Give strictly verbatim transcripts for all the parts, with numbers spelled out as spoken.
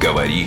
Говори,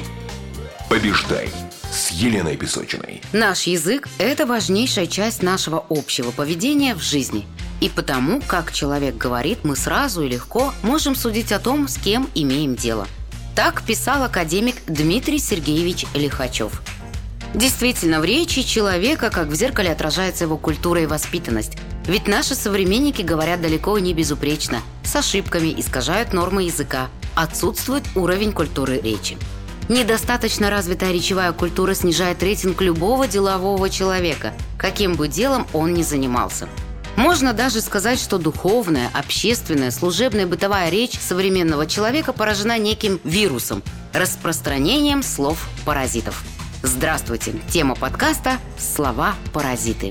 побеждай с Еленой Песочиной. Наш язык – это важнейшая часть нашего общего поведения в жизни. И потому, как человек говорит, мы сразу и легко можем судить о том, с кем имеем дело. Так писал академик Дмитрий Сергеевич Лихачев. Действительно, в речи человека, как в зеркале, отражается его культура и воспитанность. Ведь наши современники говорят далеко не безупречно, с ошибками, искажают нормы языка, отсутствует уровень культуры речи. Недостаточно развитая речевая культура снижает рейтинг любого делового человека, каким бы делом он ни занимался. Можно даже сказать, что духовная, общественная, служебная, бытовая речь современного человека поражена неким вирусом – распространением слов-паразитов. Здравствуйте! Тема подкаста «Слова-паразиты».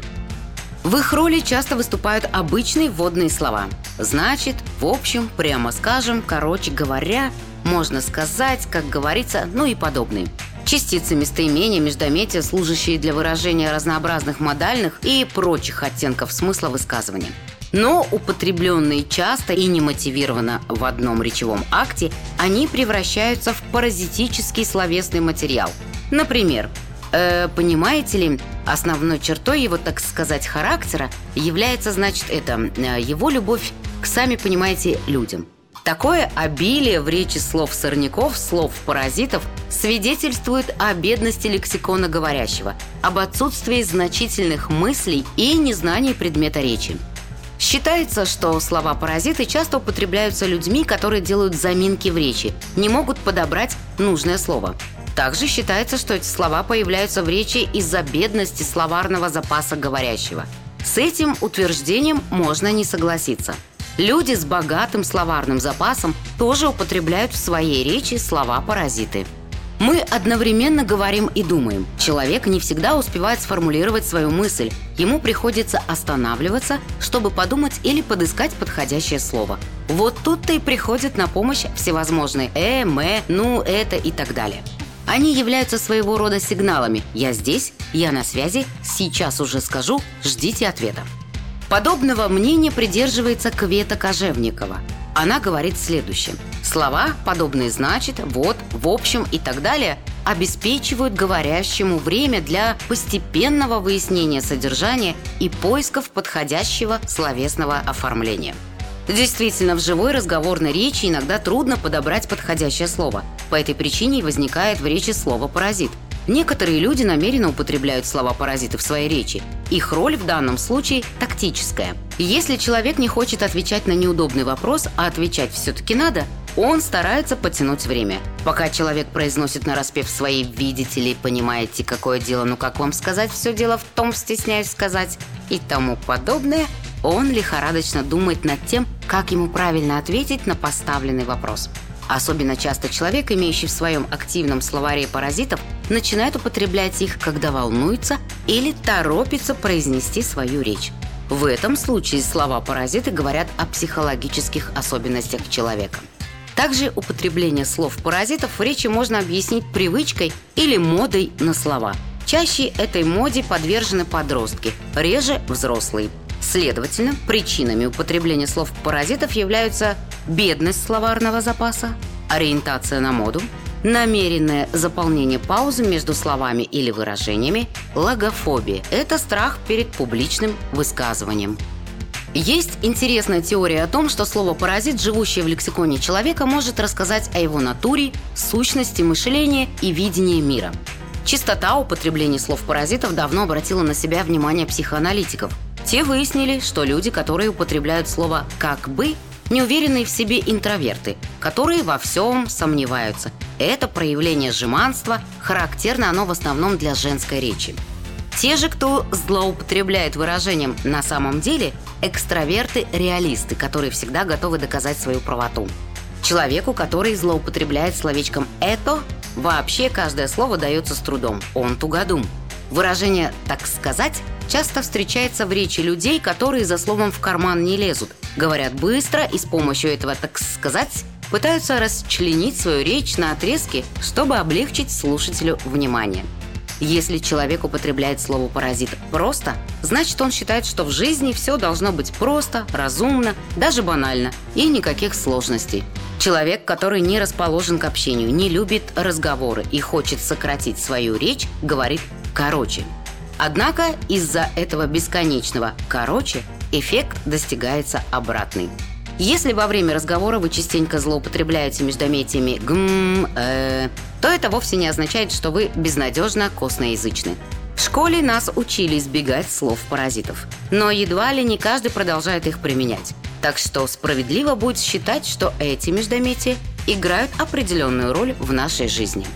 В их роли часто выступают обычные вводные слова. Значит, в общем, прямо скажем, короче говоря, можно сказать, как говорится, ну и подобные. Частицы местоимения, междометия, служащие для выражения разнообразных модальных и прочих оттенков смысла высказывания. Но употребленные часто и немотивированно в одном речевом акте, они превращаются в паразитический словесный материал. Например, э, понимаете ли, основной чертой его, так сказать, характера является, значит, это э, его любовь к, сами понимаете, людям. Такое обилие в речи слов-сорняков, слов-паразитов свидетельствует о бедности лексикона говорящего, об отсутствии значительных мыслей и незнании предмета речи. Считается, что слова-паразиты часто употребляются людьми, которые делают заминки в речи, не могут подобрать нужное слово. Также считается, что эти слова появляются в речи из-за бедности словарного запаса говорящего. С этим утверждением можно не согласиться. Люди с богатым словарным запасом тоже употребляют в своей речи слова-паразиты. Мы одновременно говорим и думаем. Человек не всегда успевает сформулировать свою мысль. Ему приходится останавливаться, чтобы подумать или подыскать подходящее слово. Вот тут-то и приходят на помощь всевозможные «э», «мэ», «ну», «это» и так далее. Они являются своего рода сигналами «я здесь», «я на связи», «сейчас уже скажу», «ждите ответа». Подобного мнения придерживается Квета Кожевникова. Она говорит следующее. Слова, подобные «значит», «вот», «в общем» и так далее, обеспечивают говорящему время для постепенного выяснения содержания и поисков подходящего словесного оформления. Действительно, в живой разговорной речи иногда трудно подобрать подходящее слово. По этой причине и возникает в речи слово «паразит». Некоторые люди намеренно употребляют слова-паразиты в своей речи. Их роль в данном случае тактическая. Если человек не хочет отвечать на неудобный вопрос, а отвечать все-таки надо, он старается потянуть время. Пока человек произносит нараспев свои «видите ли», «понимаете, какое дело», «ну как вам сказать, все дело в том, стесняюсь сказать» и тому подобное, он лихорадочно думает над тем, как ему правильно ответить на поставленный вопрос. Особенно часто человек, имеющий в своем активном словаре паразитов, начинает употреблять их, когда волнуется или торопится произнести свою речь. В этом случае слова-паразиты говорят о психологических особенностях человека. Также употребление слов-паразитов в речи можно объяснить привычкой или модой на слова. Чаще этой моде подвержены подростки, реже взрослые. Следовательно, причинами употребления слов-паразитов являются бедность словарного запаса, ориентация на моду, намеренное заполнение паузы между словами или выражениями, логофобия – это страх перед публичным высказыванием. Есть интересная теория о том, что слово «паразит», живущее в лексиконе человека, может рассказать о его натуре, сущности мышления и видении мира. Частота употребления слов-паразитов давно обратила на себя внимание психоаналитиков. Те выяснили, что люди, которые употребляют слово «как бы», неуверенные в себе интроверты, которые во всем сомневаются. Это проявление жеманства, характерно оно в основном для женской речи. Те же, кто злоупотребляет выражением «на самом деле», экстраверты-реалисты, которые всегда готовы доказать свою правоту. Человеку, который злоупотребляет словечком «это», вообще каждое слово дается с трудом, он тугодум. Выражение «так сказать» часто встречается в речи людей, которые за словом в карман не лезут, говорят быстро и с помощью этого «так сказать» пытаются расчленить свою речь на отрезки, чтобы облегчить слушателю внимание. Если человек употребляет слово «паразит» просто, значит, он считает, что в жизни все должно быть просто, разумно, даже банально и никаких сложностей. Человек, который не расположен к общению, не любит разговоры и хочет сократить свою речь, говорит «короче». Однако из-за этого бесконечного «короче» эффект достигается обратный. Если во время разговора вы частенько злоупотребляете междометиями «гм», «э», то это вовсе не означает, что вы безнадежно косноязычны. В школе нас учили избегать слов-паразитов, но едва ли не каждый продолжает их применять. Так что справедливо будет считать, что эти междометия играют определенную роль в нашей жизни.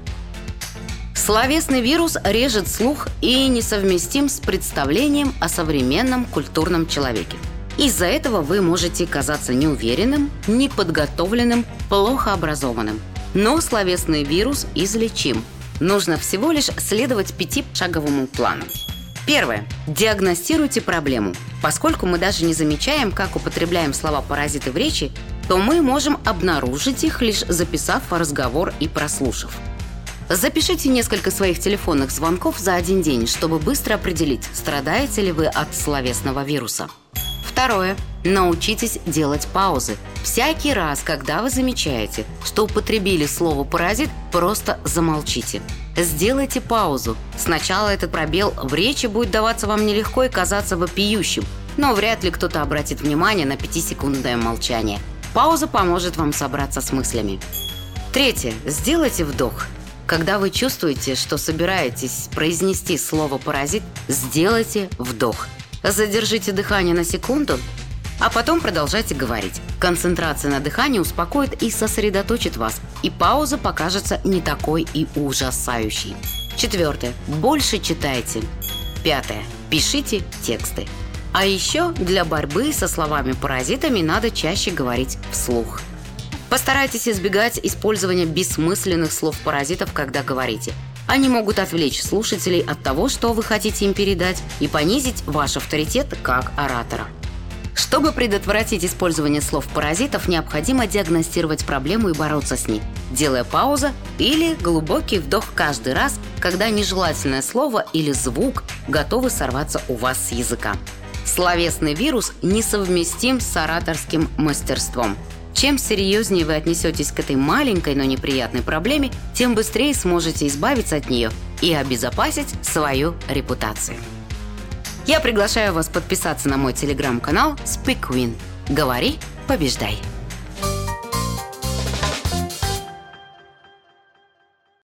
Словесный вирус режет слух и несовместим с представлением о современном культурном человеке. Из-за этого вы можете казаться неуверенным, неподготовленным, плохо образованным. Но словесный вирус излечим. Нужно всего лишь следовать пятишаговому плану. Первое. Диагностируйте проблему. Поскольку мы даже не замечаем, как употребляем слова-паразиты в речи, то мы можем обнаружить их, лишь записав разговор и прослушав. Запишите несколько своих телефонных звонков за один день, чтобы быстро определить, страдаете ли вы от словесного вируса. Второе. Научитесь делать паузы. Всякий раз, когда вы замечаете, что употребили слово «паразит», просто замолчите. Сделайте паузу. Сначала этот пробел в речи будет даваться вам нелегко и казаться вопиющим, но вряд ли кто-то обратит внимание на пятисекундное молчание. Пауза поможет вам собраться с мыслями. Третье. Сделайте вдох. Когда вы чувствуете, что собираетесь произнести слово «паразит», сделайте вдох. Задержите дыхание на секунду, а потом продолжайте говорить. Концентрация на дыхании успокоит и сосредоточит вас, и пауза покажется не такой и ужасающей. Четвертое. Больше читайте. Пятое. Пишите тексты. А еще для борьбы со словами-паразитами надо чаще говорить вслух. Постарайтесь избегать использования бессмысленных слов-паразитов, когда говорите. Они могут отвлечь слушателей от того, что вы хотите им передать, и понизить ваш авторитет как оратора. Чтобы предотвратить использование слов-паразитов, необходимо диагностировать проблему и бороться с ней, делая паузу или глубокий вдох каждый раз, когда нежелательное слово или звук готовы сорваться у вас с языка. Словесный вирус несовместим с ораторским мастерством. Чем серьезнее вы отнесетесь к этой маленькой, но неприятной проблеме, тем быстрее сможете избавиться от нее и обезопасить свою репутацию. Я приглашаю вас подписаться на мой телеграм-канал SpeakWin. Говори, побеждай!